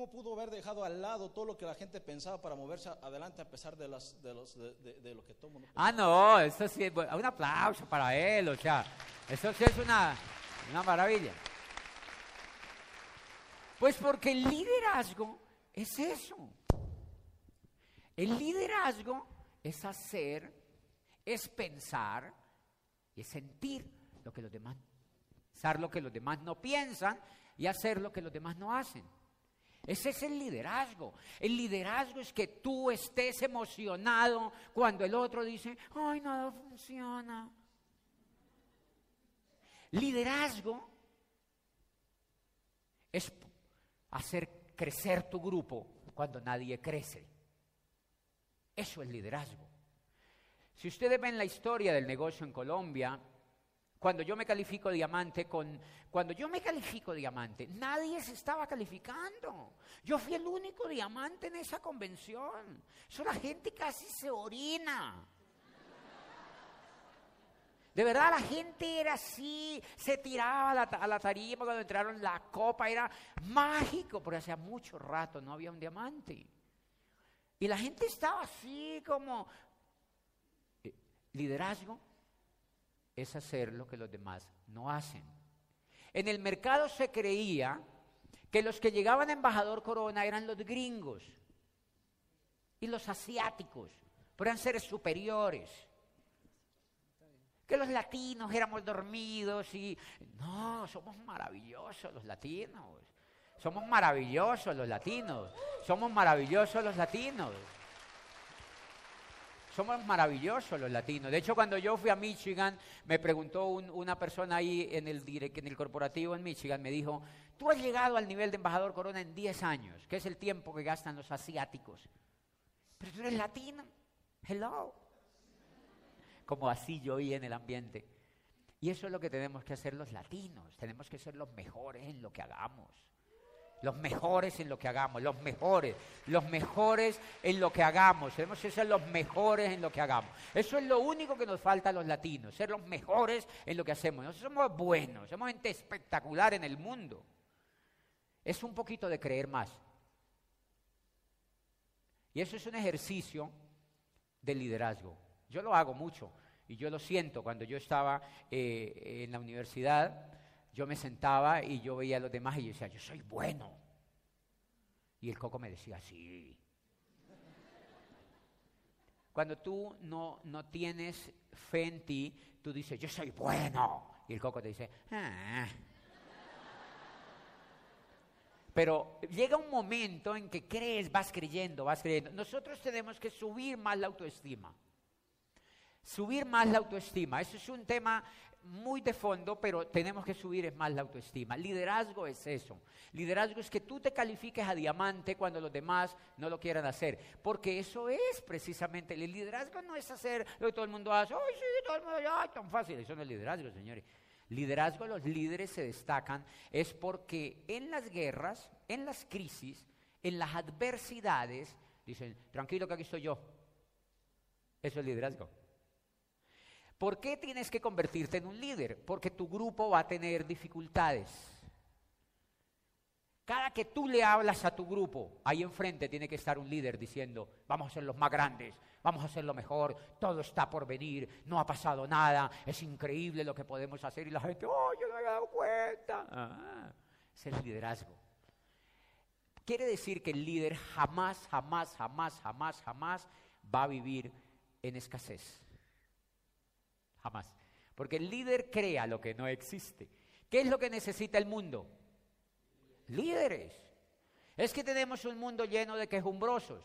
¿Cómo pudo haber dejado al lado todo lo que la gente pensaba para moverse adelante a pesar de lo que todo el mundo pensaba? No, eso sí, un aplauso para él, o sea, eso sí es una maravilla. Pues porque el liderazgo es eso. El liderazgo es hacer, es pensar y es sentir lo que los demás, pensar lo que los demás no piensan y hacer lo que los demás no hacen. Ese es el liderazgo. El liderazgo es que tú estés emocionado cuando el otro dice, ay, nada funciona. Liderazgo es hacer crecer tu grupo cuando nadie crece. Eso es liderazgo. Si ustedes ven la historia del negocio en Colombia, cuando yo me califico diamante, nadie se estaba calificando. Yo fui el único diamante en esa convención. Eso la gente casi se orina. De verdad, la gente era así, se tiraba a la tarima cuando entraron la copa, era mágico, porque hacía mucho rato no había un diamante. Y la gente estaba así como... Liderazgo es hacer lo que los demás no hacen. En el mercado se creía que los que llegaban a embajador Corona eran los gringos y los asiáticos, pero eran seres superiores. Que los latinos éramos dormidos y... No, somos maravillosos los latinos. Somos maravillosos los latinos. Somos maravillosos los latinos. Somos maravillosos los latinos. De hecho, cuando yo fui a Michigan, me preguntó una persona ahí en el corporativo en Michigan, me dijo, tú has llegado al nivel de embajador Corona en 10 años, que es el tiempo que gastan los asiáticos. Pero tú eres latino. Hello. Como así yo oí en el ambiente. Y eso es lo que tenemos que hacer los latinos. Tenemos que ser los mejores en lo que hagamos. Los mejores en lo que hagamos, los mejores en lo que hagamos. Tenemos que ser los mejores en lo que hagamos. Eso es lo único que nos falta a los latinos, ser los mejores en lo que hacemos. Nosotros somos buenos, somos gente espectacular en el mundo. Es un poquito de creer más. Y eso es un ejercicio de liderazgo. Yo lo hago mucho y yo lo siento. Cuando yo estaba en la universidad, yo me sentaba y yo veía a los demás y yo decía, yo soy bueno. Y el coco me decía, sí. Cuando tú no tienes fe en ti, tú dices, yo soy bueno. Y el coco te dice, ah. Pero llega un momento en que crees, vas creyendo. Nosotros tenemos que subir más la autoestima. Subir más la autoestima. Eso es un tema muy de fondo, pero tenemos que subir más la autoestima. Liderazgo es eso. Liderazgo es que tú te califiques a diamante cuando los demás no lo quieran hacer. Porque eso es precisamente, el liderazgo no es hacer lo que todo el mundo hace. ¡Ay, sí, todo el mundo! ¡Ay, tan fácil! Eso no es liderazgo, señores. Liderazgo, los líderes se destacan, es porque en las guerras, en las crisis, en las adversidades, dicen, tranquilo que aquí estoy yo. Eso es liderazgo. ¿Por qué tienes que convertirte en un líder? Porque tu grupo va a tener dificultades. Cada que tú le hablas a tu grupo, ahí enfrente tiene que estar un líder diciendo, vamos a ser los más grandes, vamos a hacer lo mejor, todo está por venir, no ha pasado nada, es increíble lo que podemos hacer. Y la gente, oh, yo no me había dado cuenta. Ese es el liderazgo. Quiere decir que el líder jamás va a vivir en escasez. Jamás. Porque el líder crea lo que no existe. ¿Qué es lo que necesita el mundo? Líderes. Es que tenemos un mundo lleno de quejumbrosos.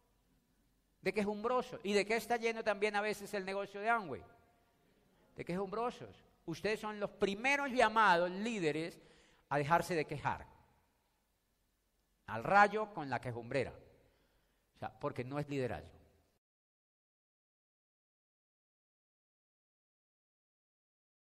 ¿Y de qué está lleno también a veces el negocio de Amway? De quejumbrosos. Ustedes son los primeros llamados líderes a dejarse de quejar. Al rayo con la quejumbrera. O sea, porque no es liderazgo.